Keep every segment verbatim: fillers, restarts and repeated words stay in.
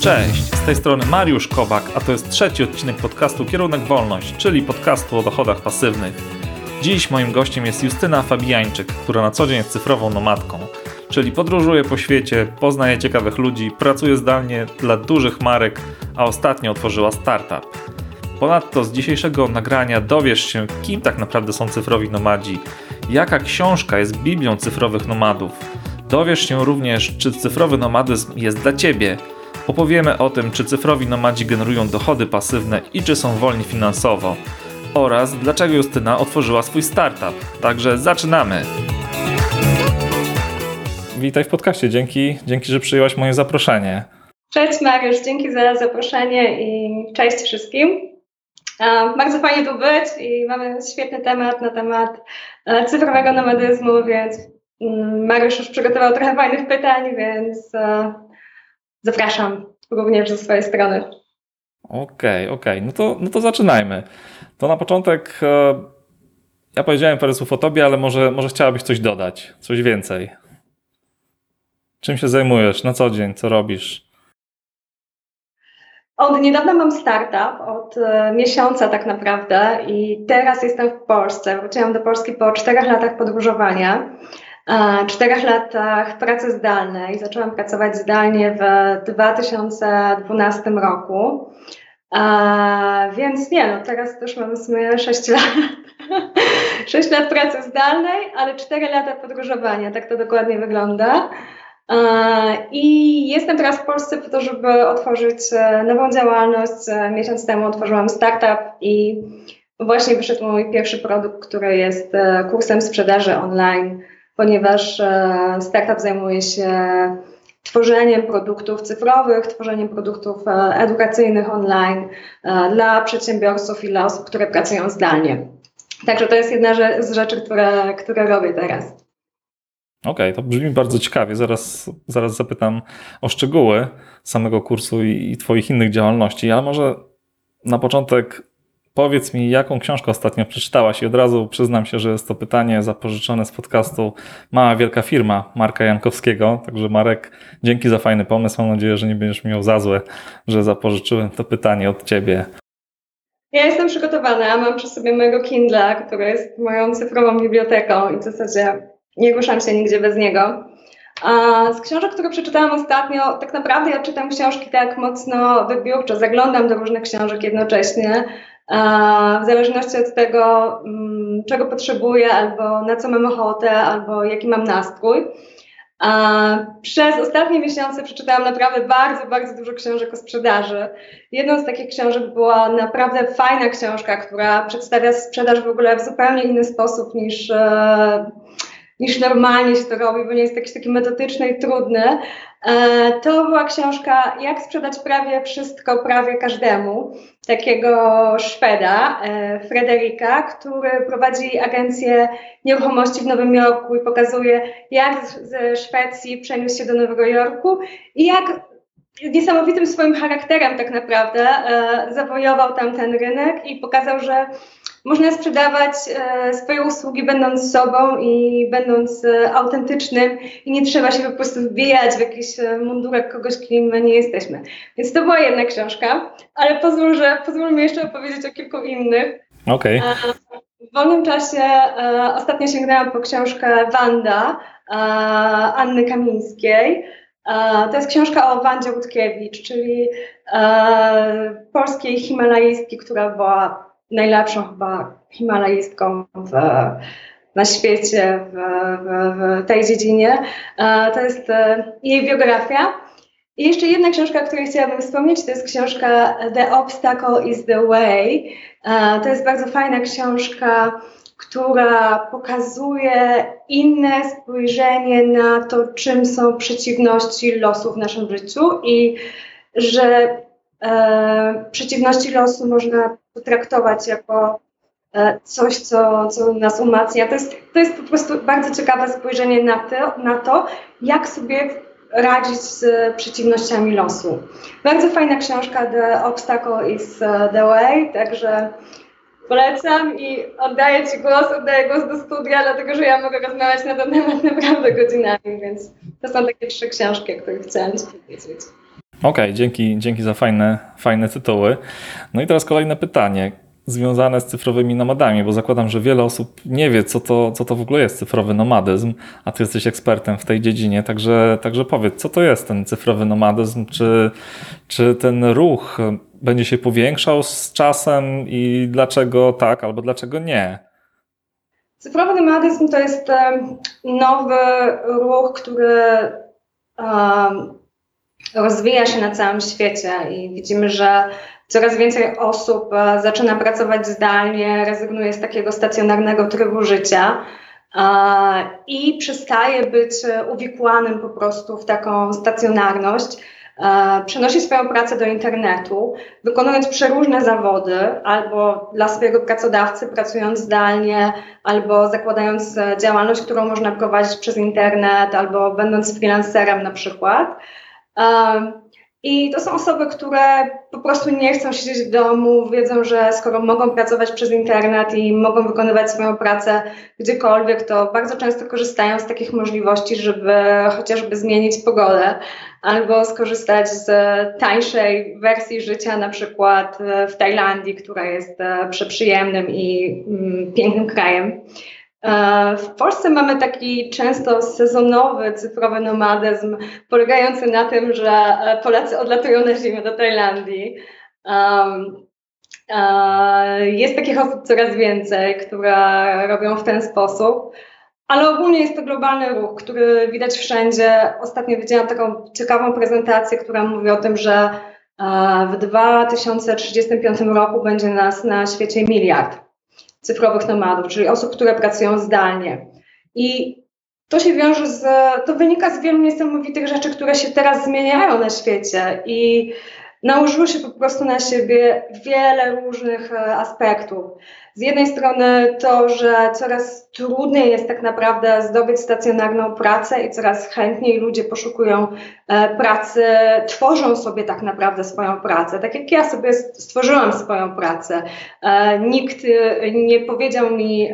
Cześć, z tej strony Mariusz Kowak, a to jest trzeci odcinek podcastu Kierunek Wolność, czyli podcastu o dochodach pasywnych. Dziś moim gościem jest Justyna Fabijańczyk, która na co dzień jest cyfrową nomadką, czyli podróżuje po świecie, poznaje ciekawych ludzi, pracuje zdalnie dla dużych marek, a ostatnio otworzyła startup. Ponadto z dzisiejszego nagrania dowiesz się, kim tak naprawdę są cyfrowi nomadzi, jaka książka jest Biblią cyfrowych nomadów. Dowiesz się również, czy cyfrowy nomadyzm jest dla Ciebie. Opowiemy o tym, czy cyfrowi nomadzi generują dochody pasywne i czy są wolni finansowo. Oraz dlaczego Justyna otworzyła swój startup. Także zaczynamy! Witaj w podcaście, dzięki, dzięki, że przyjęłaś moje zaproszenie. Cześć Mariusz, dzięki za zaproszenie i cześć wszystkim. Bardzo fajnie tu być i mamy świetny temat na temat cyfrowego nomadyzmu, więc Mariusz już przygotował trochę fajnych pytań, więc zapraszam również ze swojej strony. Okej, okay, okej, okay. no, to, no to zaczynajmy. To na początek e, ja powiedziałem parę słów o tobie, ale może, może chciałabyś coś dodać, coś więcej. Czym się zajmujesz na co dzień, co robisz? Od niedawna mam startup, od e, miesiąca tak naprawdę i teraz jestem w Polsce. Wróciłam do Polski po czterech latach podróżowania. czterech latach pracy zdalnej. Zaczęłam pracować zdalnie w dwa tysiące dwunastym roku. A, więc nie, no teraz też mam w sumie sześć lat. sześć lat pracy zdalnej, ale cztery lata podróżowania. Tak to dokładnie wygląda. A, I jestem teraz w Polsce po to, żeby otworzyć nową działalność. Miesiąc temu otworzyłam startup i właśnie wyszedł mój pierwszy produkt, który jest kursem sprzedaży online, ponieważ startup zajmuje się tworzeniem produktów cyfrowych, tworzeniem produktów edukacyjnych online dla przedsiębiorców i dla osób, które pracują zdalnie. Także to jest jedna z rzeczy, które, które robię teraz. Okej, okay, to brzmi bardzo ciekawie. Zaraz, zaraz zapytam o szczegóły samego kursu i, i Twoich innych działalności, ale może na początek powiedz mi, jaką książkę ostatnio przeczytałaś i od razu przyznam się, że jest to pytanie zapożyczone z podcastu Mała Wielka Firma Marka Jankowskiego. Także Marek, dzięki za fajny pomysł. Mam nadzieję, że nie będziesz miał za złe, że zapożyczyłem to pytanie od Ciebie. Ja jestem przygotowana. Mam przy sobie mojego Kindla, który jest moją cyfrową biblioteką i w zasadzie nie ruszam się nigdzie bez niego. A z książek, które przeczytałam ostatnio, tak naprawdę ja czytam książki tak mocno wybiórczo, zaglądam do różnych książek jednocześnie, w zależności od tego, czego potrzebuję, albo na co mam ochotę, albo jaki mam nastrój. Przez ostatnie miesiące przeczytałam naprawdę bardzo, bardzo dużo książek o sprzedaży. Jedną z takich książek była naprawdę fajna książka, która przedstawia sprzedaż w ogóle w zupełnie inny sposób niż niż normalnie się to robi, bo nie jest jakiś taki metodyczny i trudny. To była książka Jak sprzedać prawie wszystko prawie każdemu, takiego Szweda, Frederika, który prowadzi agencję nieruchomości w Nowym Jorku i pokazuje, jak ze Szwecji przeniósł się do Nowego Jorku i jak niesamowitym swoim charakterem tak naprawdę zawojował tam ten rynek i pokazał, że można sprzedawać e, swoje usługi będąc sobą i będąc e, autentycznym i nie trzeba się po prostu wbijać w jakiś e, mundurek kogoś, kim my nie jesteśmy. Więc to była jedna książka, ale pozwól, że, pozwól mi jeszcze opowiedzieć o kilku innych. Okej. Okay. W wolnym czasie e, ostatnio sięgnęłam po książkę Wanda e, Anny Kamińskiej. E, to jest książka o Wandzie Rutkiewicz, czyli e, polskiej himalajistki, która była najlepszą chyba himalajistką w, na świecie w, w, w tej dziedzinie. To jest jej biografia. I jeszcze jedna książka, o której chciałabym wspomnieć, to jest książka The Obstacle is the Way. To jest bardzo fajna książka, która pokazuje inne spojrzenie na to, czym są przeciwności losu w naszym życiu i że e, przeciwności losu można potraktować jako e, coś, co, co nas umacnia. To jest, to jest po prostu bardzo ciekawe spojrzenie na to, na to, jak sobie radzić z przeciwnościami losu. Bardzo fajna książka The Obstacle is the Way, także polecam i oddaję Ci głos, oddaję głos do studia, dlatego że ja mogę rozmawiać na ten temat naprawdę godzinami, więc to są takie trzy książki, o których chciałam Ci powiedzieć. Okej, okay, dzięki, dzięki za fajne, fajne tytuły. No i teraz kolejne pytanie związane z cyfrowymi nomadami, bo zakładam, że wiele osób nie wie, co to, co to w ogóle jest cyfrowy nomadyzm, a ty jesteś ekspertem w tej dziedzinie, także, także powiedz, co to jest ten cyfrowy nomadyzm, czy, czy ten ruch będzie się powiększał z czasem i dlaczego tak albo dlaczego nie? Cyfrowy nomadyzm to jest nowy ruch, który um, rozwija się na całym świecie i widzimy, że coraz więcej osób zaczyna pracować zdalnie, rezygnuje z takiego stacjonarnego trybu życia i przestaje być uwikłanym po prostu w taką stacjonarność. Przenosi swoją pracę do internetu, wykonując przeróżne zawody, albo dla swojego pracodawcy pracując zdalnie, albo zakładając działalność, którą można prowadzić przez internet, albo będąc freelancerem na przykład. I to są osoby, które po prostu nie chcą siedzieć w domu, wiedzą, że skoro mogą pracować przez internet i mogą wykonywać swoją pracę gdziekolwiek, to bardzo często korzystają z takich możliwości, żeby chociażby zmienić pogodę albo skorzystać z tańszej wersji życia, na przykład w Tajlandii, która jest przeprzyjemnym i mm, pięknym krajem. W Polsce mamy taki często sezonowy cyfrowy nomadyzm, polegający na tym, że Polacy odlatują na zimę do Tajlandii. Um, jest takich osób coraz więcej, które robią w ten sposób, ale ogólnie jest to globalny ruch, który widać wszędzie. Ostatnio widziałam taką ciekawą prezentację, która mówi o tym, że w dwa tysiące trzydziestym piątym roku będzie nas na świecie miliard cyfrowych nomadów, czyli osób, które pracują zdalnie. I to się wiąże z, to wynika z wielu niesamowitych rzeczy, które się teraz zmieniają na świecie i nałożyło się po prostu na siebie wiele różnych aspektów. Z jednej strony to, że coraz trudniej jest tak naprawdę zdobyć stacjonarną pracę i coraz chętniej ludzie poszukują pracy, tworzą sobie tak naprawdę swoją pracę. Tak jak ja sobie stworzyłam swoją pracę. Nikt nie powiedział mi,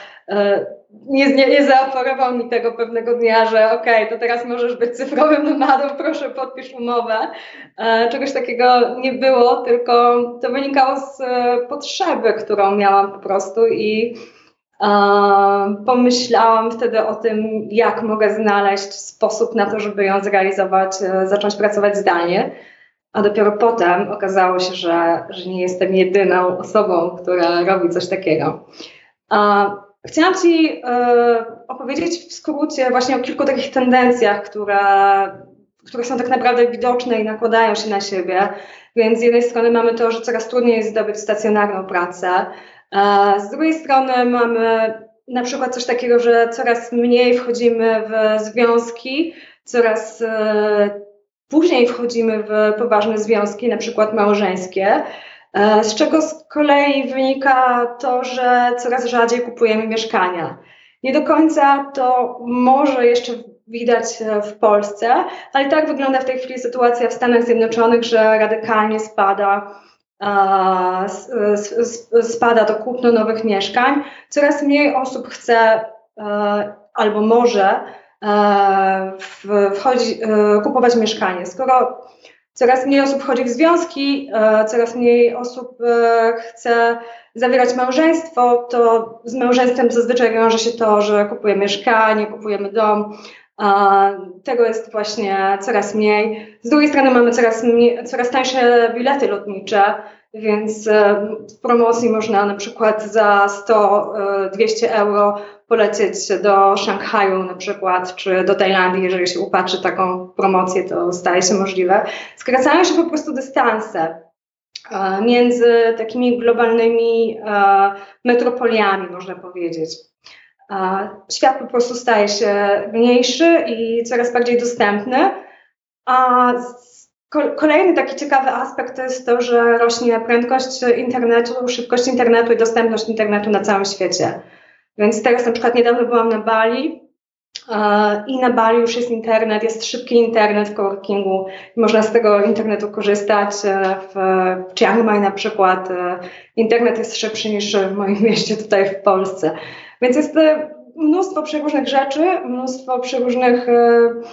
nie, nie, nie zaoferował mi tego pewnego dnia, że okej, okay, to teraz możesz być cyfrowym nomadą, proszę podpisz umowę. Czegoś takiego nie było, tylko to wynikało z potrzeby, którą miałam po prostu i um, pomyślałam wtedy o tym, jak mogę znaleźć sposób na to, żeby ją zrealizować, zacząć pracować zdalnie. A dopiero potem okazało się, że, że nie jestem jedyną osobą, która robi coś takiego. Um, Chciałam Ci e, opowiedzieć w skrócie właśnie o kilku takich tendencjach, które, które są tak naprawdę widoczne i nakładają się na siebie. Więc z jednej strony mamy to, że coraz trudniej jest zdobyć stacjonarną pracę. E, z drugiej strony mamy na przykład coś takiego, że coraz mniej wchodzimy w związki, coraz e, później wchodzimy w poważne związki, na przykład małżeńskie. Z czego z kolei wynika to, że coraz rzadziej kupujemy mieszkania. Nie do końca to może jeszcze widać w Polsce, ale tak wygląda w tej chwili sytuacja w Stanach Zjednoczonych, że radykalnie spada, spada to kupno nowych mieszkań. Coraz mniej osób chce albo może wchodzi, kupować mieszkanie. Skoro coraz mniej osób wchodzi w związki, coraz mniej osób chce zawierać małżeństwo, to z małżeństwem zazwyczaj wiąże się to, że kupujemy mieszkanie, kupujemy dom. Tego jest właśnie coraz mniej. Z drugiej strony mamy coraz, mniej, coraz tańsze bilety lotnicze, więc w promocji można na przykład za sto do dwieście euro polecieć do Szanghaju na przykład, czy do Tajlandii, jeżeli się upatrzy taką promocję, to staje się możliwe. Skracają się po prostu dystanse między takimi globalnymi metropoliami, można powiedzieć. Świat po prostu staje się mniejszy i coraz bardziej dostępny, a kolejny taki ciekawy aspekt to jest to, że rośnie prędkość internetu, szybkość internetu i dostępność internetu na całym świecie. Więc teraz na przykład niedawno byłam na Bali i na Bali już jest internet, jest szybki internet w coworkingu. Można z tego internetu korzystać. W Chiang Mai na przykład internet jest szybszy niż w moim mieście tutaj w Polsce. Więc jest mnóstwo przeróżnych rzeczy, mnóstwo przeróżnych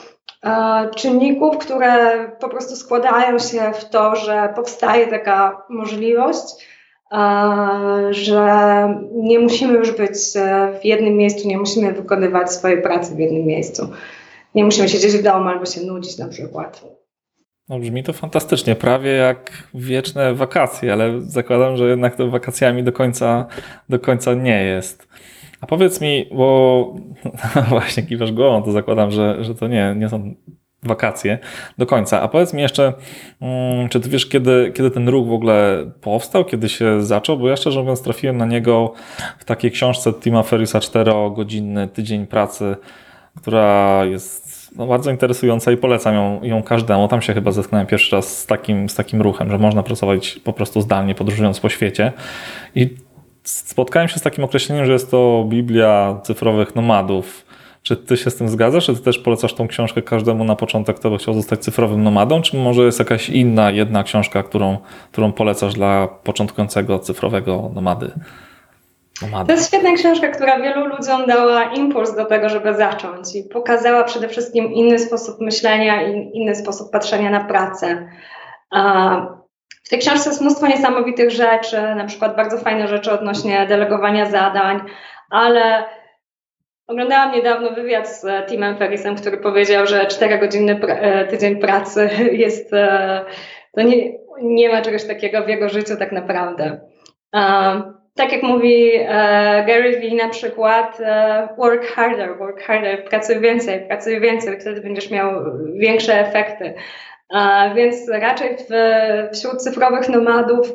e, czynników, które po prostu składają się w to, że powstaje taka możliwość, e, że nie musimy już być w jednym miejscu, nie musimy wykonywać swojej pracy w jednym miejscu. Nie musimy siedzieć w domu albo się nudzić na przykład. No, brzmi to fantastycznie, prawie jak wieczne wakacje, ale zakładam, że jednak to wakacjami do końca, do końca nie jest. A powiedz mi, bo właśnie kiwasz głową, to zakładam, że, że to nie, nie są wakacje do końca. A powiedz mi jeszcze, czy ty wiesz, kiedy, kiedy ten ruch w ogóle powstał, kiedy się zaczął? Bo ja szczerze mówiąc trafiłem na niego w takiej książce Tima Ferrisa czterogodzinny tydzień pracy, która jest no, bardzo interesująca i polecam ją, ją każdemu. Tam się chyba zetknąłem pierwszy raz z takim, z takim ruchem, że można pracować po prostu zdalnie, podróżując po świecie. I spotkałem się z takim określeniem, że jest to Biblia cyfrowych nomadów. Czy ty się z tym zgadzasz? Czy ty też polecasz tą książkę każdemu na początek, kto by chciał zostać cyfrowym nomadą? Czy może jest jakaś inna, jedna książka, którą, którą polecasz dla początkującego cyfrowego nomady? nomady? To jest świetna książka, która wielu ludziom dała impuls do tego, żeby zacząć i pokazała przede wszystkim inny sposób myślenia i inny sposób patrzenia na pracę. W tej książce jest mnóstwo niesamowitych rzeczy, na przykład bardzo fajne rzeczy odnośnie delegowania zadań, ale oglądałam niedawno wywiad z Timem Ferrisem, który powiedział, że czterogodzinny pr- tydzień pracy jest, to nie, nie ma czegoś takiego w jego życiu tak naprawdę. Tak jak mówi Gary Vee na przykład, work harder, work harder, pracuj więcej, pracuj więcej, wtedy będziesz miał większe efekty. Więc raczej w, wśród cyfrowych nomadów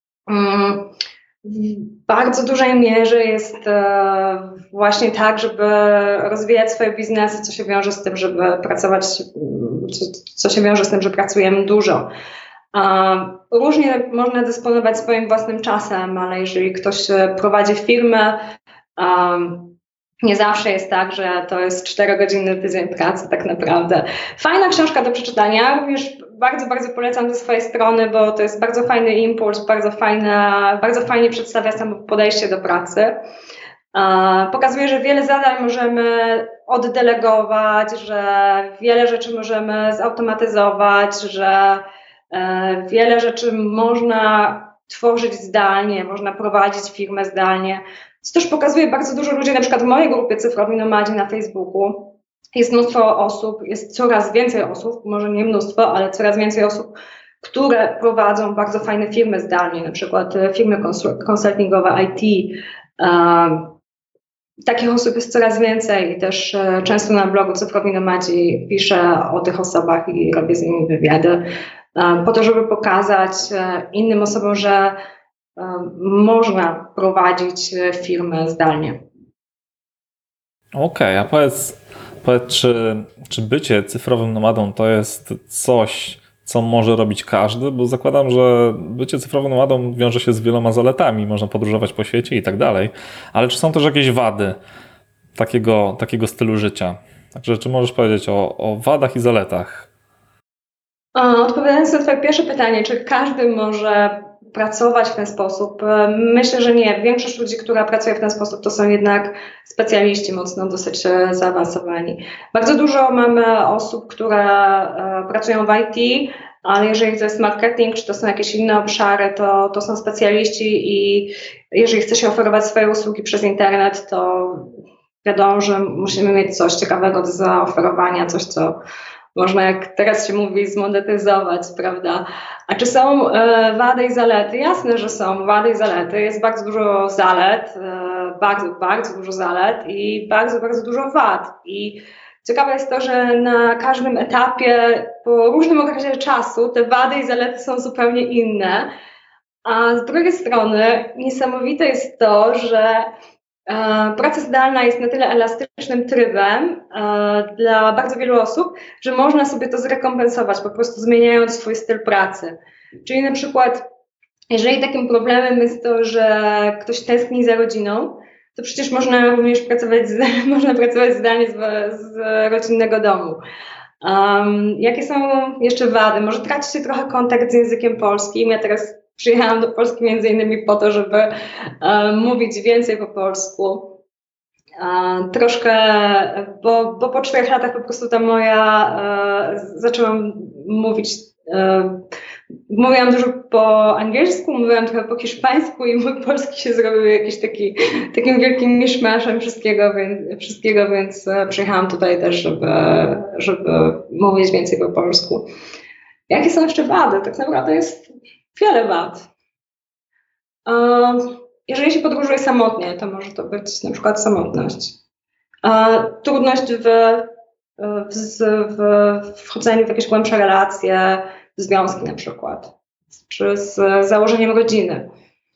w bardzo dużej mierze jest właśnie tak, żeby rozwijać swoje biznesy, co się wiąże z tym, żeby pracować, co, co się wiąże z tym, że pracujemy dużo. Różnie można dysponować swoim własnym czasem, ale jeżeli ktoś prowadzi firmę, nie zawsze jest tak, że to jest czterogodzinny tydzień pracy tak naprawdę. Fajna książka do przeczytania, również bardzo, bardzo polecam ze swojej strony, bo to jest bardzo fajny impuls, bardzo, fajna, bardzo fajnie przedstawia samo podejście do pracy. Pokazuje, że wiele zadań możemy oddelegować, że wiele rzeczy możemy zautomatyzować, że wiele rzeczy można tworzyć zdalnie, można prowadzić firmę zdalnie. Co też pokazuje bardzo dużo ludzi, na przykład w mojej grupie Cyfrowi Nomadzi na Facebooku. Jest mnóstwo osób, jest coraz więcej osób, może nie mnóstwo, ale coraz więcej osób, które prowadzą bardzo fajne firmy zdalnie, na przykład firmy konsultingowe I T. Takich osób jest coraz więcej i też często na blogu Cyfrowi Nomadzi piszę o tych osobach i robię z nimi wywiady, po to, żeby pokazać innym osobom, że można prowadzić firmę zdalnie. Okej, okay, a powiedz, powiedz czy, czy bycie cyfrowym nomadą to jest coś, co może robić każdy? Bo zakładam, że bycie cyfrowym nomadą wiąże się z wieloma zaletami, można podróżować po świecie i tak dalej, ale czy są też jakieś wady takiego, takiego stylu życia? Także czy możesz powiedzieć o, o wadach i zaletach? Odpowiadając na twoje pierwsze pytanie, czy każdy może pracować w ten sposób? Myślę, że nie. Większość ludzi, która pracuje w ten sposób, to są jednak specjaliści mocno dosyć zaawansowani. Bardzo dużo mamy osób, które pracują w I T, ale jeżeli to jest marketing, czy to są jakieś inne obszary, to, to są specjaliści i jeżeli chce się oferować swoje usługi przez internet, to wiadomo, że musimy mieć coś ciekawego do zaoferowania, coś, co można, jak teraz się mówi, zmonetyzować, prawda? A czy są e, wady i zalety? Jasne, że są wady i zalety. Jest bardzo dużo zalet, e, bardzo, bardzo dużo zalet i bardzo, bardzo dużo wad. I ciekawe jest to, że na każdym etapie, po różnym okresie czasu, te wady i zalety są zupełnie inne. A z drugiej strony niesamowite jest to, że praca zdalna jest na tyle elastycznym trybem e, dla bardzo wielu osób, że można sobie to zrekompensować, po prostu zmieniając swój styl pracy. Czyli na przykład, jeżeli takim problemem jest to, że ktoś tęskni za rodziną, to przecież można również pracować, z, można pracować zdalnie z, z rodzinnego domu. Um, jakie są jeszcze wady? Może traci się trochę kontakt z językiem polskim. Ja teraz przyjechałam do Polski między innymi po to, żeby um, mówić więcej po polsku. Troszkę, bo, bo po czterech latach po prostu ta moja, zaczęłam mówić, mówiłam dużo po angielsku, mówiłam trochę po hiszpańsku i mój polski się zrobił jakiś taki, takim wielkim miszmaszem wszystkiego, więc, wszystkiego, więc przyjechałam tutaj też, żeby, żeby mówić więcej po polsku. Jakie są jeszcze wady? Tak naprawdę jest wiele wad. Jeżeli się podróżuje samotnie, to może to być na przykład samotność. Trudność w, w, w wchodzeniu w jakieś głębsze relacje, w związki na przykład, czy z założeniem rodziny.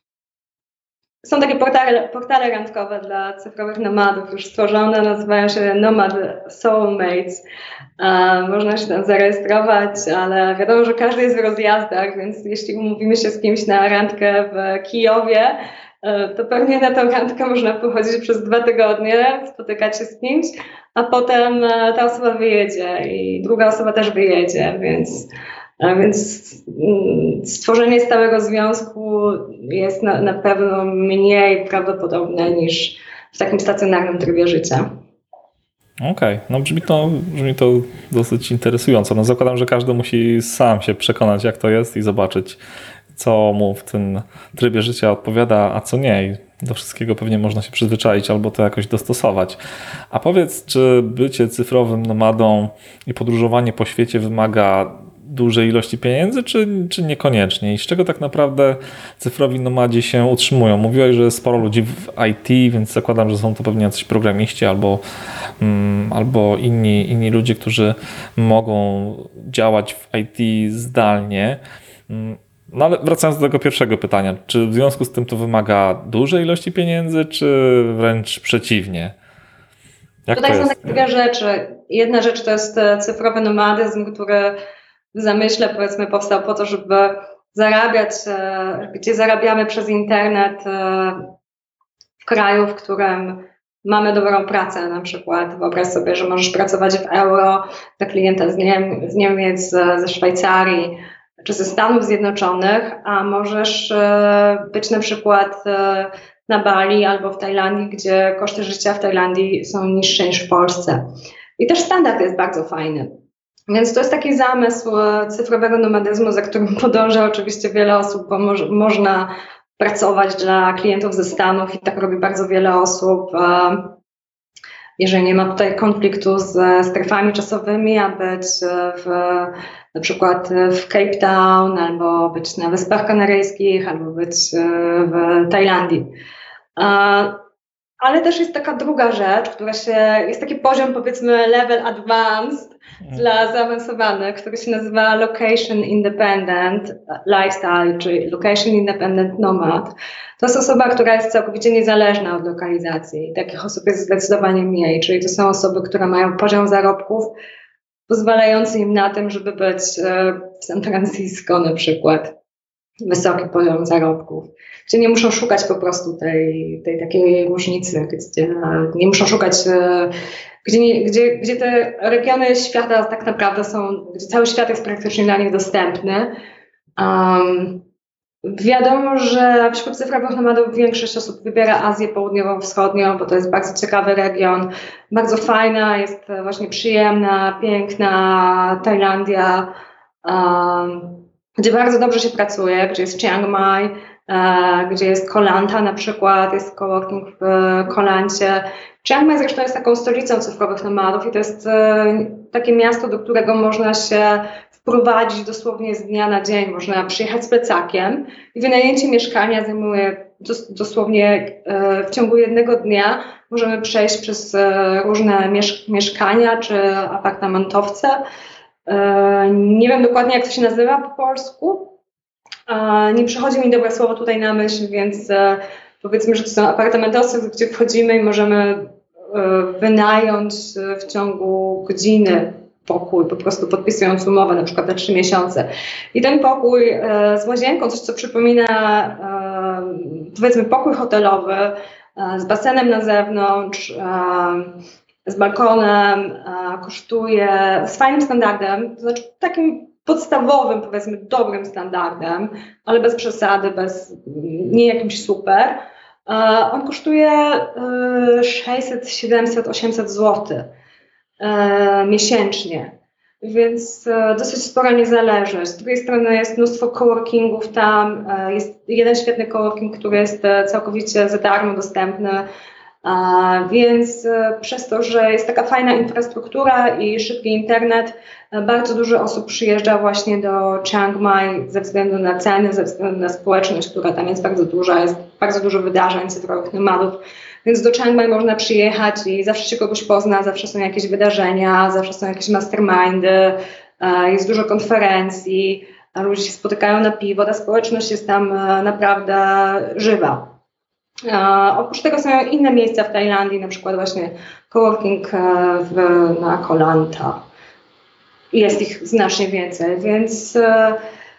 Są takie portale, portale randkowe dla cyfrowych nomadów już stworzone, nazywają się Nomad Soulmates. Można się tam zarejestrować, ale wiadomo, że każdy jest w rozjazdach, więc jeśli umówimy się z kimś na randkę w Kijowie, to pewnie na tą randkę można pochodzić przez dwa tygodnie, spotykać się z kimś, a potem ta osoba wyjedzie i druga osoba też wyjedzie, więc, więc stworzenie stałego związku jest na, na pewno mniej prawdopodobne niż w takim stacjonarnym trybie życia. Okej, okay. No brzmi to, brzmi to dosyć interesująco. No zakładam, że każdy musi sam się przekonać, jak to jest i zobaczyć, co mu w tym trybie życia odpowiada, a co nie. I do wszystkiego pewnie można się przyzwyczaić albo to jakoś dostosować. A powiedz, czy bycie cyfrowym nomadą i podróżowanie po świecie wymaga dużej ilości pieniędzy, czy, czy niekoniecznie? I z czego tak naprawdę cyfrowi nomadzi się utrzymują? Mówiłeś, że jest sporo ludzi w I T, więc zakładam, że są to pewnie jacyś programiści albo, um, albo inni, inni ludzie, którzy mogą działać w I T zdalnie. No ale wracając do tego pierwszego pytania, czy w związku z tym to wymaga dużej ilości pieniędzy, czy wręcz przeciwnie? Jak Tutaj to są jest? takie dwie rzeczy. Jedna rzecz to jest cyfrowy nomadyzm, który w zamyśle powiedzmy powstał po to, żeby zarabiać, gdzie zarabiamy przez internet w kraju, w którym mamy dobrą pracę na przykład. Wyobraź sobie, że możesz pracować w euro dla klienta z, Niem- z Niemiec, ze Szwajcarii czy ze Stanów Zjednoczonych, a możesz być na przykład na Bali albo w Tajlandii, gdzie koszty życia w Tajlandii są niższe niż w Polsce. I też standard jest bardzo fajny. Więc to jest taki zamysł cyfrowego nomadyzmu, za którym podąża oczywiście wiele osób, bo mo- można pracować dla klientów ze Stanów i tak robi bardzo wiele osób. Jeżeli nie ma tutaj konfliktu z strefami czasowymi, a być w, na przykład w Cape Town, albo być na Wyspach Kanaryjskich, albo być w Tajlandii. Ale też jest taka druga rzecz, która się, jest taki poziom powiedzmy level advanced dla zaawansowanych, który się nazywa Location Independent Lifestyle, czyli Location Independent Nomad. To jest osoba, która jest całkowicie niezależna od lokalizacji. Takich osób jest zdecydowanie mniej, czyli to są osoby, które mają poziom zarobków pozwalający im na tym, żeby być w San Francisco na przykład. Wysoki poziom zarobków, gdzie nie muszą szukać po prostu tej, tej takiej różnicy, gdzie nie muszą szukać, gdzie, nie, gdzie, gdzie te regiony świata tak naprawdę są, gdzie cały świat jest praktycznie dla nich dostępny. Um, wiadomo, że wśród cyfrowych nomadów większość osób wybiera Azję Południowo-Wschodnią, bo to jest bardzo ciekawy region, bardzo fajna, jest właśnie przyjemna, piękna Tajlandia, um, gdzie bardzo dobrze się pracuje, gdzie jest Chiang Mai, e, gdzie jest Koh Lanta na przykład, jest coworking w Koh Lancie. Chiang Mai zresztą jest taką stolicą cyfrowych nomadów i to jest e, takie miasto, do którego można się wprowadzić dosłownie z dnia na dzień. Można przyjechać z plecakiem i wynajęcie mieszkania zajmuje dos, dosłownie e, w ciągu jednego dnia. Możemy przejść przez e, różne miesz, mieszkania czy apartamentowce. Nie wiem dokładnie, jak to się nazywa po polsku. Nie przychodzi mi dobre słowo tutaj na myśl, więc powiedzmy, że to są apartamentowce, gdzie wchodzimy i możemy wynająć w ciągu godziny pokój, po prostu podpisując umowę na przykład na trzy miesiące. I ten pokój z łazienką, coś co przypomina powiedzmy pokój hotelowy, z basenem na zewnątrz, z balkonem, kosztuje z fajnym standardem, to znaczy takim podstawowym, powiedzmy dobrym standardem, ale bez przesady, bez, nie jakimś super. On kosztuje sześćset, siedemset, osiemset złotych miesięcznie, więc dosyć spora niezależność. Z drugiej strony jest mnóstwo coworkingów tam, jest jeden świetny coworking, który jest całkowicie za darmo dostępny, więc przez to, że jest taka fajna infrastruktura i szybki internet, bardzo dużo osób przyjeżdża właśnie do Chiang Mai ze względu na ceny, ze względu na społeczność, która tam jest bardzo duża, jest bardzo dużo wydarzeń cyfrowych nomadów, więc do Chiang Mai można przyjechać i zawsze się kogoś pozna, zawsze są jakieś wydarzenia, zawsze są jakieś mastermindy, jest dużo konferencji, ludzie się spotykają na piwo, ta społeczność jest tam naprawdę żywa. Oprócz tego są inne miejsca w Tajlandii, na przykład właśnie coworking w, na Koh Lanta. Jest ich znacznie więcej, więc, e,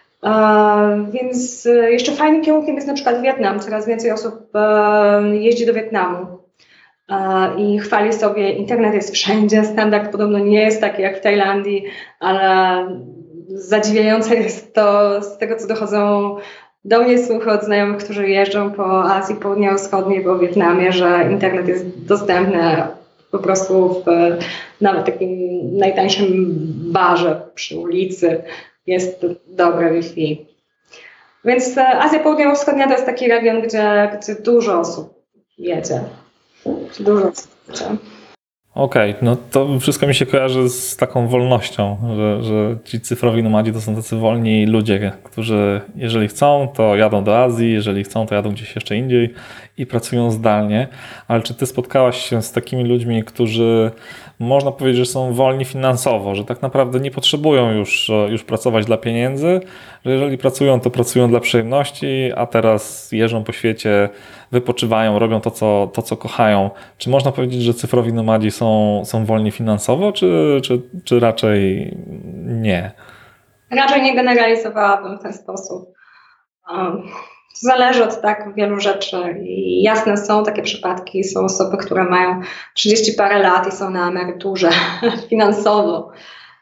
e, więc jeszcze fajnym kierunkiem jest na przykład Wietnam. Coraz więcej osób e, jeździ do Wietnamu e, i chwali sobie, internet jest wszędzie, standard podobno nie jest taki jak w Tajlandii, ale zadziwiające jest to z tego, co dochodzą do mnie słuchy od znajomych, którzy jeżdżą po Azji Południowo-Wschodniej, po Wietnamie, że internet jest dostępny po prostu w nawet takim najtańszym barze przy ulicy jest dobre Wi-Fi. Więc Azja Południowo-Wschodnia to jest taki region, gdzie, gdzie dużo osób jedzie. Dużo osób jedzie. Okej, okay, no to wszystko mi się kojarzy z taką wolnością, że, że ci cyfrowi nomadzi to są tacy wolni ludzie, którzy jeżeli chcą, to jadą do Azji, jeżeli chcą, to jadą gdzieś jeszcze indziej i pracują zdalnie. Ale czy ty spotkałaś się z takimi ludźmi, którzy można powiedzieć, że są wolni finansowo, że tak naprawdę nie potrzebują już, już pracować dla pieniędzy, że jeżeli pracują, to pracują dla przyjemności, a teraz jeżdżą po świecie, wypoczywają, robią to, co, to, co kochają. Czy można powiedzieć, że cyfrowi nomadzi są, są wolni finansowo, czy, czy, czy raczej nie? Raczej nie generalizowałabym w ten sposób. Um, zależy od tak wielu rzeczy i jasne, są takie przypadki, są osoby, które mają trzydzieści parę lat i są na emeryturze finansowo.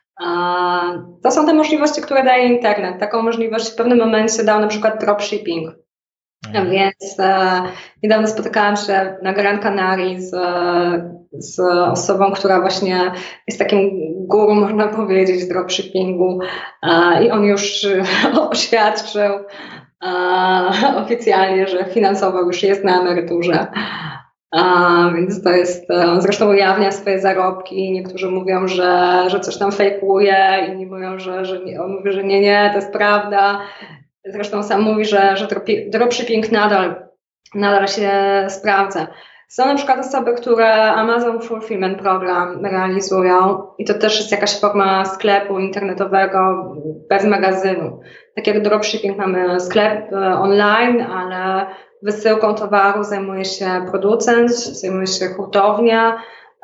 Um, to są te możliwości, które daje internet. Taką możliwość w pewnym momencie dał na przykład dropshipping. Mhm. Więc e, niedawno spotykałam się na Gran Canaria z, z osobą, która właśnie jest takim guru, można powiedzieć, dropshippingu e, i on już e, oświadczył e, oficjalnie, że finansowo już jest na emeryturze. E, więc to jest, on zresztą ujawnia swoje zarobki, niektórzy mówią, że, że coś tam fejkuje, inni mówią, że, że nie, on mówi, że nie, nie, to jest prawda. Zresztą sam mówi, że, że dropshipping nadal, nadal się sprawdza. Są na przykład osoby, które Amazon Fulfillment Program realizują i to też jest jakaś forma sklepu internetowego bez magazynu. Tak jak dropshipping mamy sklep online, ale wysyłką towaru zajmuje się producent, zajmuje się hurtownia,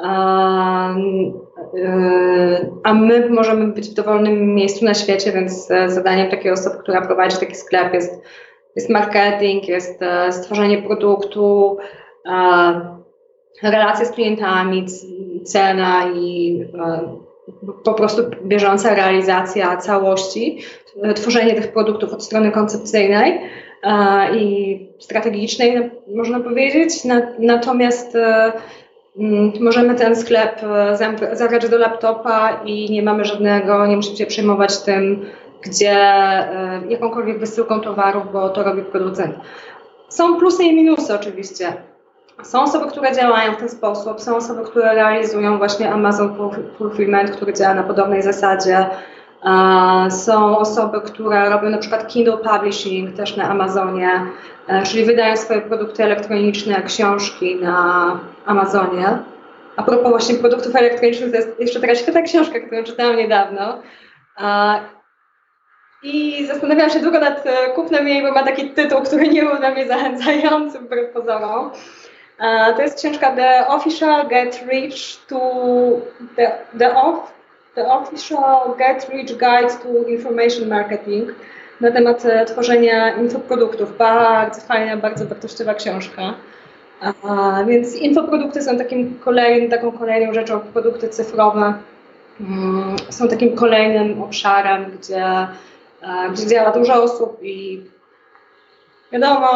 a my możemy być w dowolnym miejscu na świecie, więc zadaniem takiej osoby, która prowadzi taki sklep jest, jest marketing, jest stworzenie produktu, relacje z klientami, cena i po prostu bieżąca realizacja całości, tworzenie tych produktów od strony koncepcyjnej i strategicznej, można powiedzieć. Natomiast możemy ten sklep zabrać do laptopa i nie mamy żadnego, nie musimy się przejmować tym, gdzie, jakąkolwiek wysyłką towarów, bo to robi producent. Są plusy i minusy oczywiście. Są osoby, które działają w ten sposób, są osoby, które realizują właśnie Amazon Fulfillment, który działa na podobnej zasadzie. Są osoby, które robią na przykład Kindle Publishing też na Amazonie, czyli wydają swoje produkty elektroniczne, książki na Amazonie. A propos właśnie produktów elektronicznych, to jest jeszcze taka świetna książka, którą czytałam niedawno. I zastanawiałam się długo nad kupnem jej, bo ma taki tytuł, który nie był dla mnie zachęcający wbrew pozorom. To jest książka The Official Get Rich to the, the, off, the Official Get Rich Guide to Information Marketing na temat tworzenia infoproduktów. Bardzo fajna, bardzo wartościowa książka. A, więc infoprodukty są takim kolejnym, taką kolejną rzeczą, produkty cyfrowe um, są takim kolejnym obszarem, gdzie, uh, gdzie działa dużo osób i wiadomo,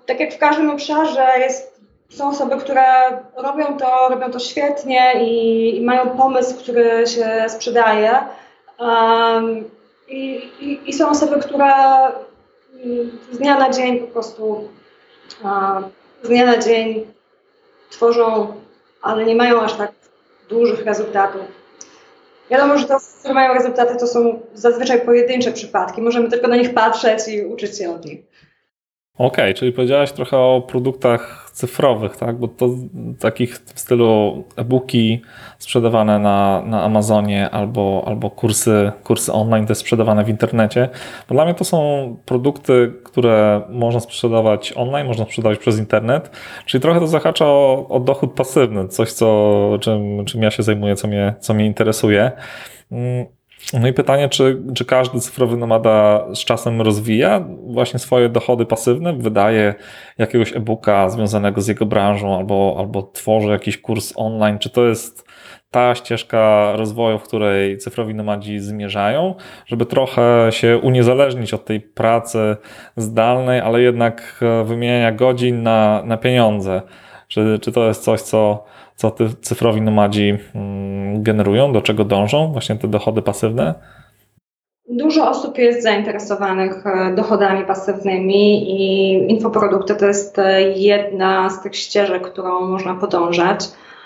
tak jak w każdym obszarze jest, są osoby, które robią to, robią to świetnie i, i mają pomysł, który się sprzedaje. Um, i, i, I są osoby, które z dnia na dzień po prostu um, z dnia na dzień tworzą, ale nie mają aż tak dużych rezultatów. Wiadomo, że to, które mają rezultaty, to są zazwyczaj pojedyncze przypadki. Możemy tylko na nich patrzeć i uczyć się od nich. Okej, okay, czyli powiedziałaś trochę o produktach cyfrowych, tak? Bo to takich w stylu e-booki sprzedawane na, na Amazonie albo, albo kursy, kursy online te sprzedawane w internecie. Bo dla mnie to są produkty, które można sprzedawać online, można sprzedawać przez internet, czyli trochę to zahacza o, o dochód pasywny, coś co, czym, czym ja się zajmuję, co mnie, co mnie interesuje. No i pytanie, czy, czy każdy cyfrowy nomada z czasem rozwija właśnie swoje dochody pasywne, wydaje jakiegoś e-booka związanego z jego branżą albo, albo tworzy jakiś kurs online, czy to jest ta ścieżka rozwoju, w której cyfrowi nomadzi zmierzają, żeby trochę się uniezależnić od tej pracy zdalnej, ale jednak wymieniania godzin na, na pieniądze. Czy, czy to jest coś, co co ty cyfrowi nomadzi generują, do czego dążą, właśnie te dochody pasywne? Dużo osób jest zainteresowanych dochodami pasywnymi i infoprodukty to jest jedna z tych ścieżek, którą można podążać.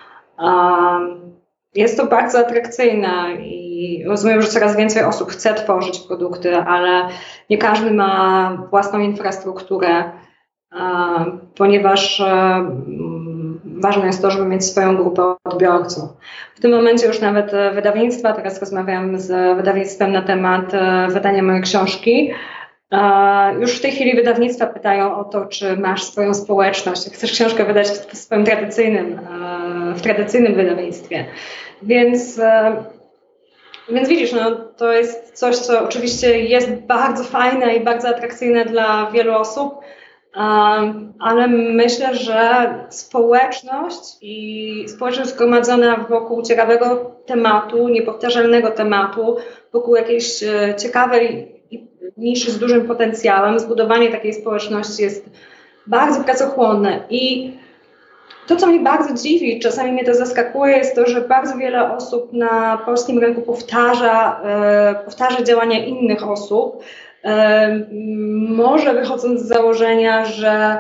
Jest to bardzo atrakcyjne i rozumiem, że coraz więcej osób chce tworzyć produkty, ale nie każdy ma własną infrastrukturę, ponieważ ważne jest to, żeby mieć swoją grupę odbiorców. W tym momencie już nawet wydawnictwa, teraz rozmawiam z wydawnictwem na temat wydania mojej książki. Już w tej chwili wydawnictwa pytają o to, czy masz swoją społeczność, chcesz książkę wydać w swoim tradycyjnym, w tradycyjnym wydawnictwie. Więc, więc widzisz, no, to jest coś, co oczywiście jest bardzo fajne i bardzo atrakcyjne dla wielu osób, ale myślę, że społeczność i społeczność zgromadzona wokół ciekawego tematu, niepowtarzalnego tematu, wokół jakiejś ciekawej niszy z dużym potencjałem, zbudowanie takiej społeczności jest bardzo pracochłonne. I to, co mnie bardzo dziwi, czasami mnie to zaskakuje, jest to, że bardzo wiele osób na polskim rynku powtarza, powtarza działania innych osób, może wychodząc z założenia, że,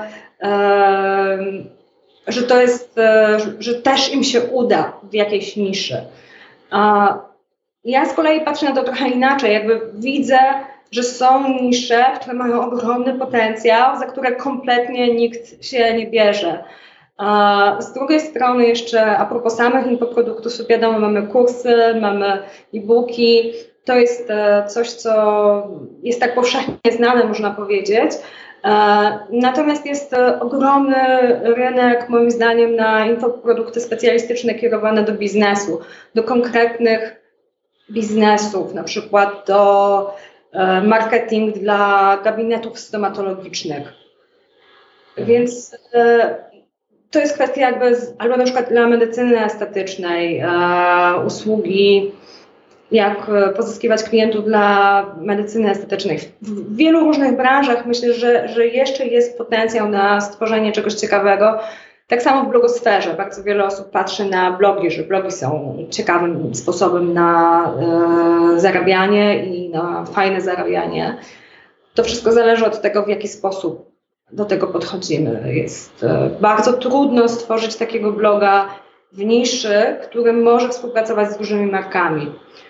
że to jest, że też im się uda w jakiejś niszy. Ja z kolei patrzę na to trochę inaczej, jakby widzę, że są nisze, które mają ogromny potencjał, za które kompletnie nikt się nie bierze. Z drugiej strony jeszcze a propos samych infoproduktów, wiadomo, mamy kursy, mamy e-booki. To jest coś, co jest tak powszechnie znane, można powiedzieć. Natomiast jest ogromny rynek, moim zdaniem, na infoprodukty specjalistyczne kierowane do biznesu, do konkretnych biznesów, na przykład do marketing dla gabinetów stomatologicznych. Więc to jest kwestia jakby, albo na przykład dla medycyny estetycznej, usługi, jak pozyskiwać klientów dla medycyny estetycznej. W wielu różnych branżach myślę, że, że jeszcze jest potencjał na stworzenie czegoś ciekawego. Tak samo w blogosferze. Bardzo wiele osób patrzy na blogi, że blogi są ciekawym sposobem na e, zarabianie i na fajne zarabianie. To wszystko zależy od tego, w jaki sposób do tego podchodzimy. Jest e, bardzo trudno stworzyć takiego bloga w niszy, który może współpracować z dużymi markami.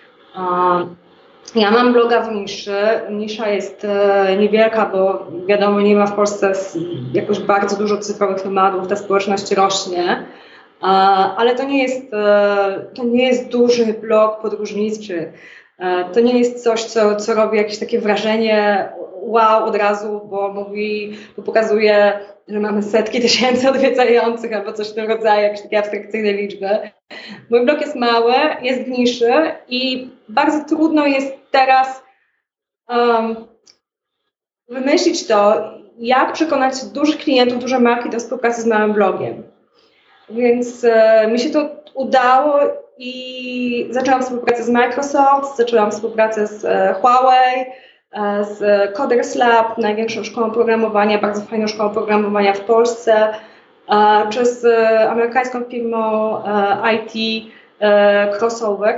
Ja mam bloga w niszy. Nisza jest niewielka, bo wiadomo, nie ma w Polsce jakoś bardzo dużo cyfrowych nomadów, ta społeczność rośnie, ale to nie jest, to nie jest duży blog podróżniczy. To nie jest coś, co, co robi jakieś takie wrażenie wow od razu, bo mówi, bo pokazuje, że mamy setki tysięcy odwiedzających albo coś w tym rodzaju, jakieś takie abstrakcyjne liczby. Mój blog jest mały, jest w niszy i bardzo trudno jest teraz um, wymyślić to, jak przekonać dużych klientów, duże marki do współpracy z małym blogiem. Więc e, mi się to udało i zaczęłam współpracę z Microsoft, zaczęłam współpracę z e, Huawei, z Coders Lab, największą szkołą programowania, bardzo fajną szkołą programowania w Polsce, czy z amerykańską firmą I T Crossover.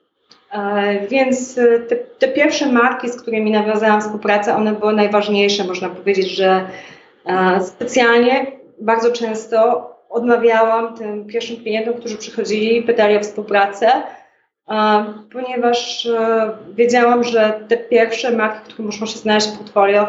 Więc te, te pierwsze marki, z którymi nawiązałam współpracę, one były najważniejsze. Można powiedzieć, że specjalnie bardzo często odmawiałam tym pierwszym klientom, którzy przychodzili i pytali o współpracę, ponieważ wiedziałam, że te pierwsze marki, które muszą się znaleźć w portfolio,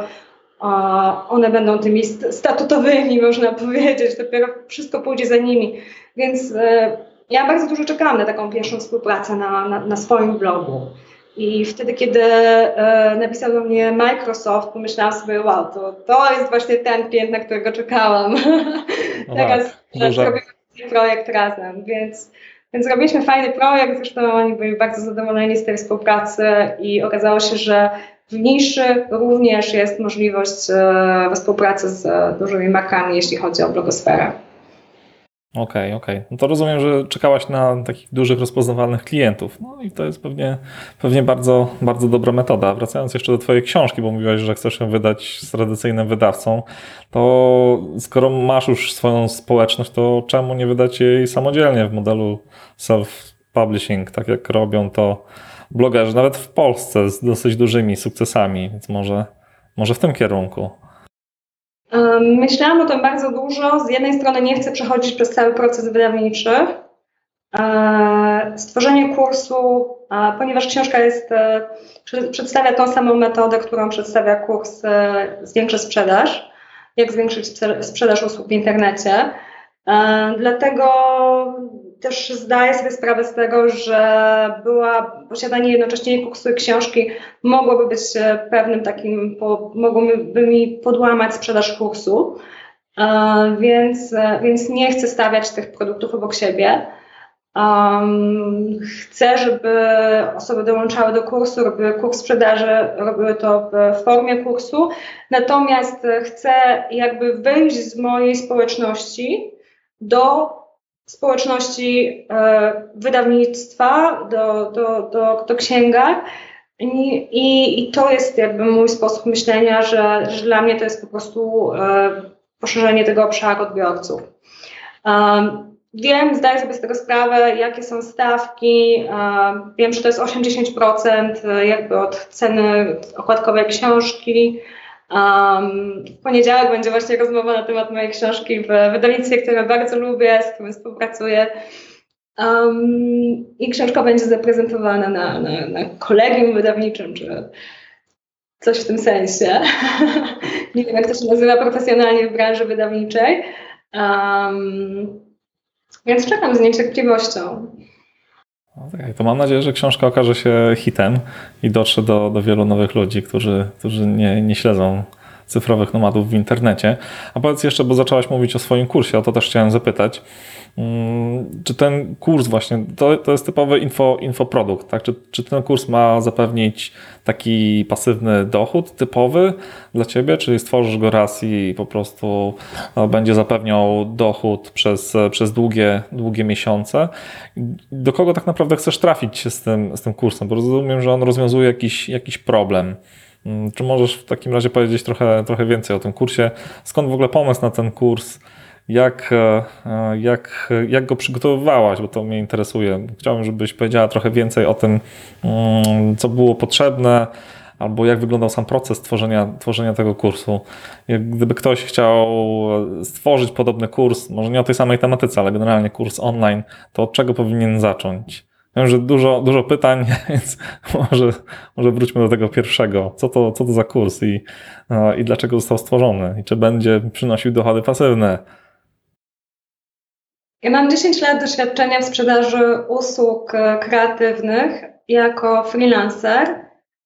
one będą tymi statutowymi, można powiedzieć, dopiero wszystko pójdzie za nimi. Więc ja bardzo dużo czekałam na taką pierwszą współpracę na, na, na swoim blogu. I wtedy, kiedy e, napisał do mnie Microsoft, pomyślałam sobie, wow, to, to jest właśnie ten klient, na którego czekałam. No Teraz tak, robimy projekt razem, więc, więc robiliśmy fajny projekt, zresztą oni byli bardzo zadowoleni z tej współpracy i okazało się, że w niszy również jest możliwość e, współpracy z e, dużymi markami, jeśli chodzi o blogosferę. Okej, okay, okej. Okay. No to rozumiem, że czekałaś na takich dużych, rozpoznawalnych klientów. No i to jest pewnie, pewnie bardzo, bardzo dobra metoda. Wracając jeszcze do twojej książki, bo mówiłaś, że chcesz ją wydać z tradycyjnym wydawcą, to skoro masz już swoją społeczność, to czemu nie wydać jej samodzielnie w modelu self-publishing, tak jak robią to blogerzy, nawet w Polsce z dosyć dużymi sukcesami, więc może, może w tym kierunku. Myślałam o tym bardzo dużo. Z jednej strony nie chcę przechodzić przez cały proces wydawniczy. Stworzenie kursu, ponieważ książka jest, przedstawia tą samą metodę, którą przedstawia kurs Zwiększy sprzedaż, jak zwiększyć sprzedaż usług w internecie. Dlatego też zdaję sobie sprawę z tego, że była, posiadanie jednocześnie kursu i książki mogłoby być pewnym takim, mogłoby mi podłamać sprzedaż kursu, więc, więc nie chcę stawiać tych produktów obok siebie. Um, chcę, żeby osoby dołączały do kursu, robiły kurs sprzedaży, robiły to w formie kursu, natomiast chcę jakby wyjść z mojej społeczności do społeczności e, wydawnictwa, do, do, do, do księgarni i, i to jest jakby mój sposób myślenia, że, że dla mnie to jest po prostu e, poszerzenie tego obszaru odbiorców. Um, Wiem, zdaję sobie z tego sprawę, jakie są stawki. Wiem, że to jest osiem do dziesięciu procent jakby od ceny okładkowej książki. W poniedziałek będzie właśnie rozmowa na temat mojej książki w wydawnictwie, które bardzo lubię, z którym współpracuję. I książka będzie zaprezentowana na, na, na kolegium wydawniczym, czy coś w tym sensie. Nie wiem, jak to się nazywa profesjonalnie w branży wydawniczej. Um, Więc czekam z niecierpliwością. Okay, to mam nadzieję, że książka okaże się hitem i dotrze do, do wielu nowych ludzi, którzy, którzy nie, nie śledzą cyfrowych nomadów w internecie. A powiedz jeszcze, bo zaczęłaś mówić o swoim kursie, o to też chciałem zapytać. Czy ten kurs właśnie, to, to jest typowy info, infoprodukt, tak? Czy, czy ten kurs ma zapewnić taki pasywny dochód typowy dla ciebie, czyli stworzysz go raz i po prostu będzie zapewniał dochód przez, przez długie, długie miesiące? Do kogo tak naprawdę chcesz trafić z tym, z tym kursem? Bo rozumiem, że on rozwiązuje jakiś, jakiś problem. Czy możesz w takim razie powiedzieć trochę, trochę więcej o tym kursie? Skąd w ogóle pomysł na ten kurs? Jak, jak, jak go przygotowywałaś, bo to mnie interesuje. Chciałbym, żebyś powiedziała trochę więcej o tym, co było potrzebne, albo jak wyglądał sam proces tworzenia, tworzenia tego kursu. Gdyby ktoś chciał stworzyć podobny kurs, może nie o tej samej tematyce, ale generalnie kurs online, to od czego powinien zacząć? Wiem, że dużo, dużo pytań, więc może, może wróćmy do tego pierwszego. Co to, co to za kurs i, i dlaczego został stworzony? I czy będzie przynosił dochody pasywne? Ja mam dziesięć lat doświadczenia w sprzedaży usług kreatywnych jako freelancer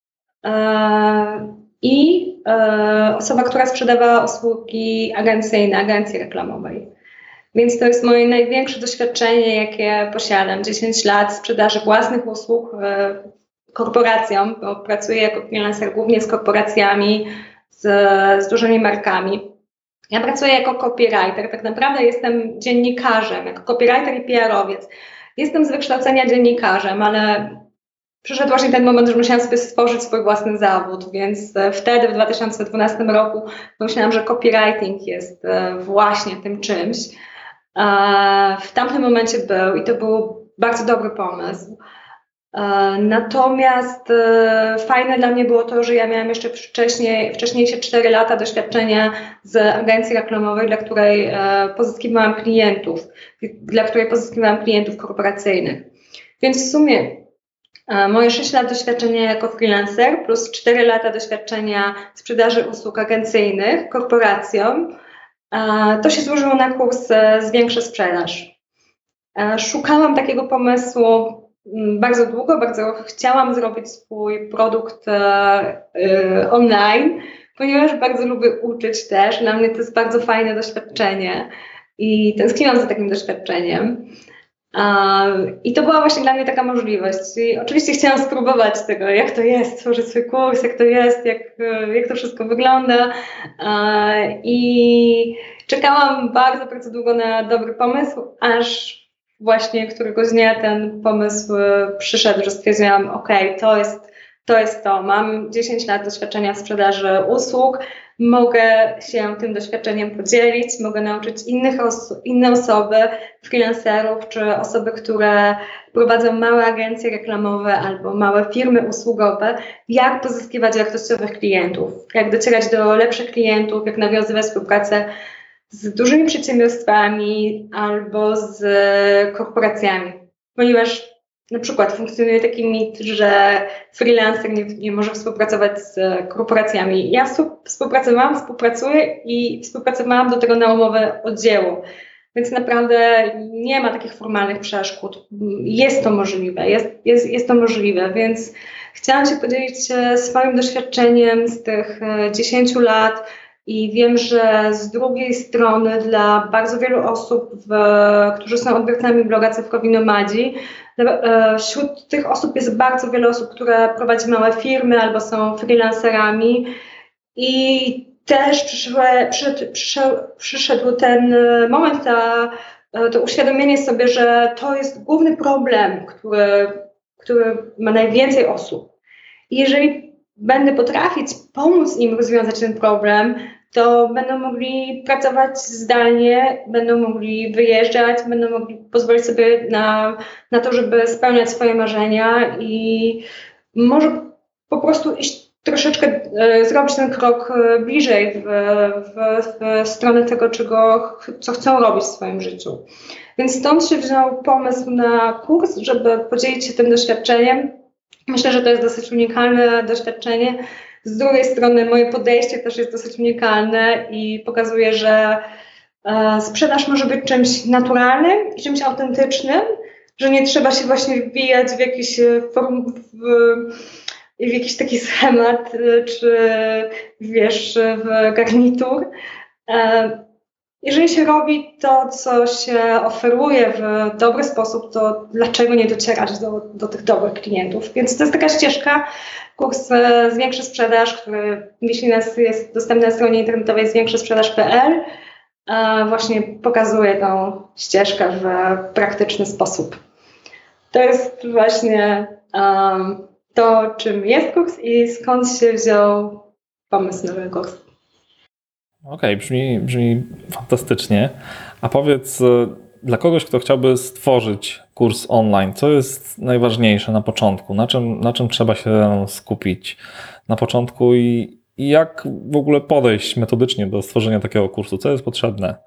i osoba, która sprzedawała usługi agencyjne, agencji reklamowej. Więc to jest moje największe doświadczenie, jakie posiadam. dziesięć lat sprzedaży własnych usług korporacjom, bo pracuję jako freelancer głównie z korporacjami, z, z dużymi markami. Ja pracuję jako copywriter, tak naprawdę jestem dziennikarzem, jako copywriter i P R owiec. Jestem z wykształcenia dziennikarzem, ale przyszedł właśnie ten moment, że musiałam sobie stworzyć swój własny zawód, więc wtedy w dwa tysiące dwunastym roku myślałam, że copywriting jest właśnie tym czymś. W tamtym momencie był i to był bardzo dobry pomysł. Natomiast fajne dla mnie było to, że ja miałam jeszcze wcześniej, wcześniejsze cztery lata doświadczenia z agencji reklamowej, dla której pozyskiwałam klientów, dla której pozyskiwałam klientów korporacyjnych. Więc w sumie moje sześć lat doświadczenia jako freelancer plus cztery lata doświadczenia sprzedaży usług agencyjnych korporacjom, to się złożyło na kurs Zwiększę sprzedaż. Szukałam takiego pomysłu bardzo długo, bardzo chciałam zrobić swój produkt online, ponieważ bardzo lubię uczyć też. Dla mnie to jest bardzo fajne doświadczenie i tęskniłam za takim doświadczeniem. I to była właśnie dla mnie taka możliwość. I oczywiście chciałam spróbować tego, jak to jest, tworzyć swój kurs, jak to jest, jak, jak to wszystko wygląda. I czekałam bardzo, bardzo długo na dobry pomysł, aż właśnie któregoś dnia ten pomysł przyszedł, że stwierdziłam, ok, to jest, to jest to. Mam dziesięć lat doświadczenia w sprzedaży usług, mogę się tym doświadczeniem podzielić, mogę nauczyć innych oso- inne osoby, freelancerów czy osoby, które prowadzą małe agencje reklamowe albo małe firmy usługowe, jak pozyskiwać wartościowych klientów, jak docierać do lepszych klientów, jak nawiązywać współpracę z dużymi przedsiębiorstwami albo z korporacjami. Ponieważ na przykład funkcjonuje taki mit, że freelancer nie, nie może współpracować z korporacjami. Ja współpracowałam, współpracuję i współpracowałam do tego na umowę o dzieło. Więc naprawdę nie ma takich formalnych przeszkód. Jest to możliwe, jest, jest, jest to możliwe, więc chciałam się podzielić swoim doświadczeniem z tych dziesięciu lat i wiem, że z drugiej strony dla bardzo wielu osób, w, którzy są odbiorcami bloga Cyfrowi Nomadzi, wśród tych osób jest bardzo wiele osób, które prowadzi małe firmy albo są freelancerami i też przyszły, przyszedł, przyszedł, przyszedł ten moment, ta, to uświadomienie sobie, że to jest główny problem, który, który ma najwięcej osób. I jeżeli będę potrafić pomóc im rozwiązać ten problem, to będą mogli pracować zdalnie, będą mogli wyjeżdżać, będą mogli pozwolić sobie na, na to, żeby spełniać swoje marzenia i może po prostu iść troszeczkę, e, zrobić ten krok bliżej w, w, w stronę tego, czego, co chcą robić w swoim życiu. Więc stąd się wziął pomysł na kurs, żeby podzielić się tym doświadczeniem. Myślę, że to jest dosyć unikalne doświadczenie. Z drugiej strony moje podejście też jest dosyć unikalne i pokazuje, że e, sprzedaż może być czymś naturalnym i czymś autentycznym, że nie trzeba się właśnie wbijać w jakiś, form, w, w jakiś taki schemat, czy wiesz, w garnitur. E, jeżeli się robi to, co się oferuje w dobry sposób, to dlaczego nie docierać do, do tych dobrych klientów? Więc to jest taka ścieżka. Kurs Zwiększy Sprzedaż, który jeśli nas jest dostępny na stronie internetowej zwiększy sprzedaż kropka p l, właśnie pokazuje tą ścieżkę w praktyczny sposób. To jest właśnie um, to, czym jest kurs i skąd się wziął pomysł na ten kurs. Okej, okay, brzmi, brzmi fantastycznie. A powiedz, dla kogoś, kto chciałby stworzyć kurs online, co jest najważniejsze na początku? Na czym, na czym trzeba się skupić na początku i, i jak w ogóle podejść metodycznie do stworzenia takiego kursu? Co jest potrzebne?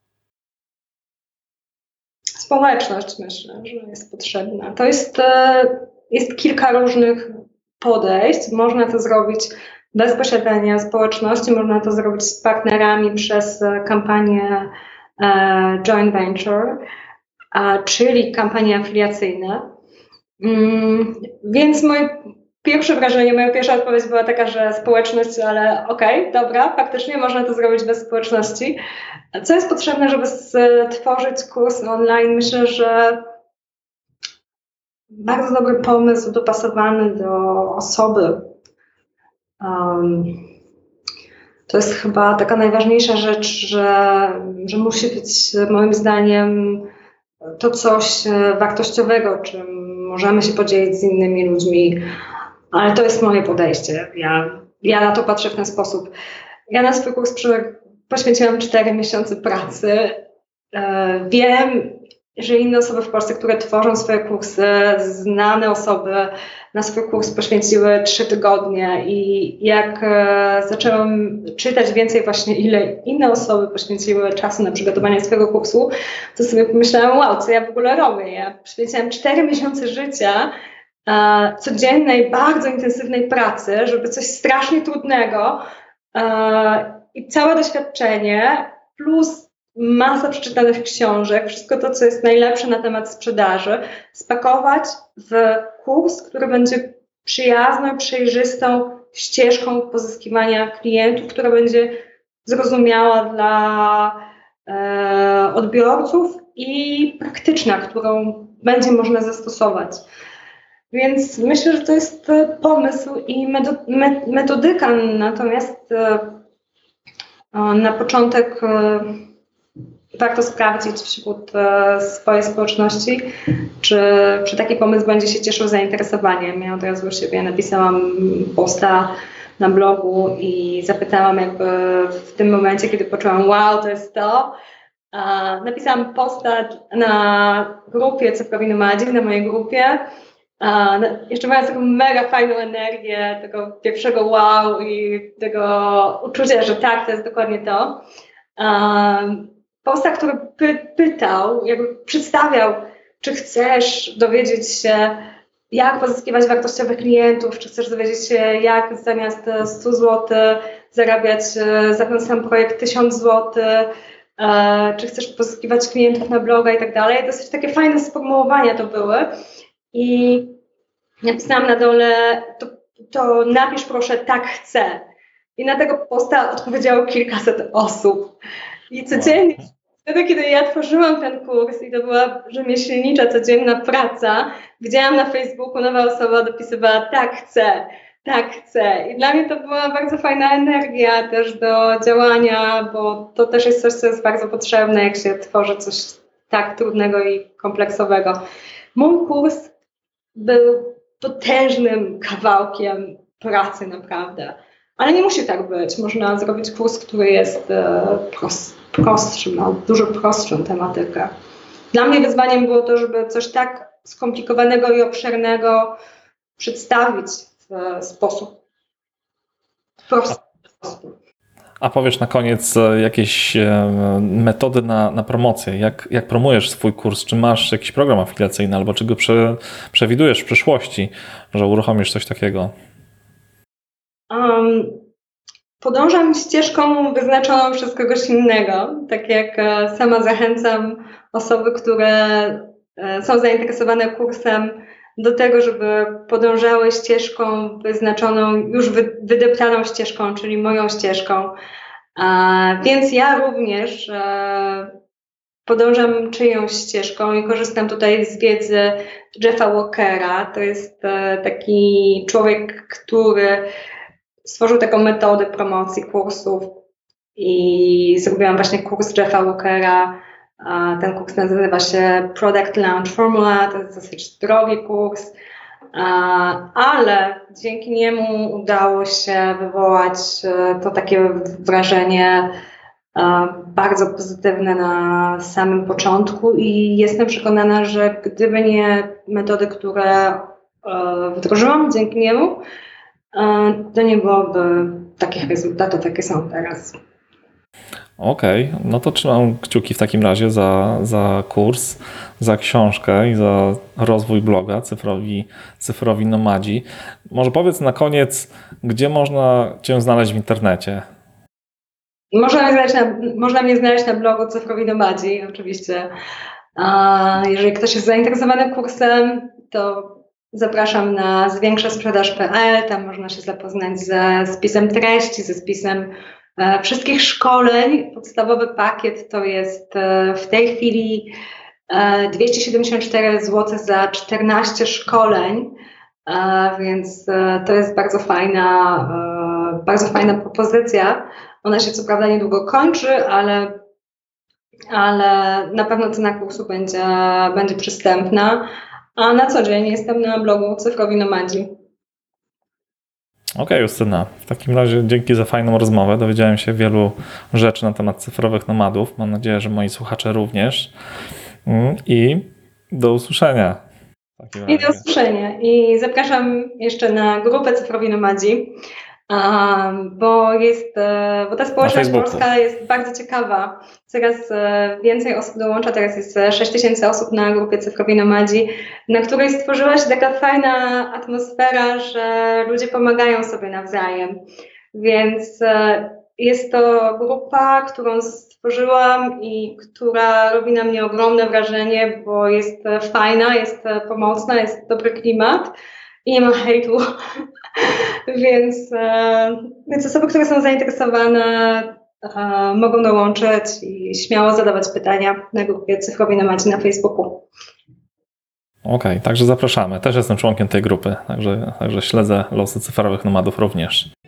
Społeczność, myślę, że jest potrzebna. To jest, jest kilka różnych podejść. Można to zrobić bez posiadania społeczności, można to zrobić z partnerami przez kampanię e, joint venture, a, czyli kampanie afiliacyjne. Mm, więc moje pierwsze wrażenie, moja pierwsza odpowiedź była taka, że społeczność, ale okej, okay, dobra, faktycznie można to zrobić bez społeczności. Co jest potrzebne, żeby stworzyć kurs online? Myślę, że bardzo dobry pomysł dopasowany do osoby. Um, to jest chyba taka najważniejsza rzecz, że, że musi być moim zdaniem to coś wartościowego, czym możemy się podzielić z innymi ludźmi, ale to jest moje podejście. Ja, ja na to patrzę w ten sposób. Ja na swój kurs przy, poświęciłam cztery miesiące pracy. E, wiem, że inne osoby w Polsce, które tworzą swoje kursy, znane osoby na swój kurs poświęciły trzy tygodnie i jak e, zaczęłam czytać więcej właśnie, ile inne osoby poświęciły czasu na przygotowanie swojego kursu, to sobie pomyślałam, wow, co ja w ogóle robię? Ja poświęciłam cztery miesiące życia e, codziennej, bardzo intensywnej pracy, żeby coś strasznie trudnego e, i całe doświadczenie plus masa przeczytanych książek, wszystko to, co jest najlepsze na temat sprzedaży, spakować w kurs, który będzie przyjazną, przejrzystą ścieżką pozyskiwania klientów, która będzie zrozumiała dla e, odbiorców i praktyczna, którą będzie można zastosować. Więc myślę, że to jest pomysł i metodyka, natomiast e, na początek e, warto sprawdzić wśród e, swojej społeczności, czy, czy taki pomysł będzie się cieszył zainteresowaniem. Ja od razu u siebie napisałam posta na blogu i zapytałam jakby w tym momencie, kiedy poczułam, wow, to jest to. E, napisałam posta na grupie Cyfrowi Nomadzi, na mojej grupie. E, jeszcze mając taką mega fajną energię, tego pierwszego wow i tego uczucia, że tak, to jest dokładnie to. E, Posta, który py- pytał, jakby przedstawiał, czy chcesz dowiedzieć się, jak pozyskiwać wartościowych klientów, czy chcesz dowiedzieć się, jak zamiast sto złotych zarabiać za ten sam projekt tysiąc złotych, e, czy chcesz pozyskiwać klientów na bloga i tak dalej. Dosyć takie fajne sformułowania to były. I napisałam na dole, to, to napisz proszę, tak chcę. I na tego posta odpowiedziało kilkaset osób. I codziennie, wtedy kiedy ja tworzyłam ten kurs i to była rzemieślnicza, codzienna praca, widziałam na Facebooku, nowa osoba dopisywała tak chcę, tak chcę. I dla mnie to była bardzo fajna energia też do działania, bo to też jest coś, co jest bardzo potrzebne, jak się tworzy coś tak trudnego i kompleksowego. Mój kurs był potężnym kawałkiem pracy naprawdę. Ale nie musi tak być. Można zrobić kurs, który jest e, prost, prostszy, ma dużo prostszą tematykę. Dla mnie wyzwaniem było to, żeby coś tak skomplikowanego i obszernego przedstawić w sposób prosty. A powiesz na koniec jakieś metody na, na promocję? Jak, jak promujesz swój kurs? Czy masz jakiś program afiliacyjny albo czy go prze, przewidujesz w przyszłości, że uruchomisz coś takiego? Um, podążam ścieżką wyznaczoną przez kogoś innego, tak jak sama zachęcam osoby, które są zainteresowane kursem do tego, żeby podążały ścieżką wyznaczoną, już wy, wydeptaną ścieżką, czyli moją ścieżką. A, więc ja również e, podążam czyjąś ścieżką i korzystam tutaj z wiedzy Jeffa Walkera. To jest e, taki człowiek, który stworzył taką metodę promocji kursów i zrobiłam właśnie kurs Jeffa Walkera. Ten kurs nazywa się Product Launch Formula, to jest dosyć drogi kurs, ale dzięki niemu udało się wywołać to takie wrażenie bardzo pozytywne na samym początku i jestem przekonana, że gdyby nie metody, które wdrożyłam dzięki niemu, to nie byłoby takich rezultatów, jakie są teraz. Okej, okay, no to trzymam kciuki w takim razie za, za kurs, za książkę i za rozwój bloga Cyfrowi, Cyfrowi Nomadzi. Może powiedz na koniec, gdzie można Cię znaleźć w internecie? Można mnie znaleźć na, można mnie znaleźć na blogu Cyfrowi Nomadzi, oczywiście. A jeżeli ktoś jest zainteresowany kursem, to zapraszam na zwiększa sprzedaż kropka pe el, tam można się zapoznać ze spisem treści, ze spisem e, wszystkich szkoleń. Podstawowy pakiet to jest e, w tej chwili e, dwieście siedemdziesiąt cztery złote za czternaście szkoleń, e, więc e, to jest bardzo fajna, e, bardzo fajna propozycja. Ona się co prawda niedługo kończy, ale, ale na pewno cena kursu będzie, będzie przystępna. a na co dzień jestem na blogu Cyfrowi Nomadzi. Okej, okay, Justyna. W takim razie dzięki za fajną rozmowę. Dowiedziałem się wielu rzeczy na temat cyfrowych nomadów. Mam nadzieję, że moi słuchacze również. I do usłyszenia. I do usłyszenia. I zapraszam jeszcze na grupę Cyfrowi Nomadzi, bo jest, bo ta społeczność polska jest bardzo ciekawa. Coraz więcej osób dołącza, teraz jest sześć tysięcy osób na grupie Cyfrowi Nomadzi, na której stworzyła się taka fajna atmosfera, że ludzie pomagają sobie nawzajem. Więc jest to grupa, którą stworzyłam i która robi na mnie ogromne wrażenie, bo jest fajna, jest pomocna, jest dobry klimat i nie ma hejtu. więc, więc osoby, które są zainteresowane, mogą dołączyć i śmiało zadawać pytania na grupie Cyfrowi Nomadzi na Facebooku. Okej, okay, także zapraszamy. Też jestem członkiem tej grupy, także, także śledzę losy cyfrowych nomadów również.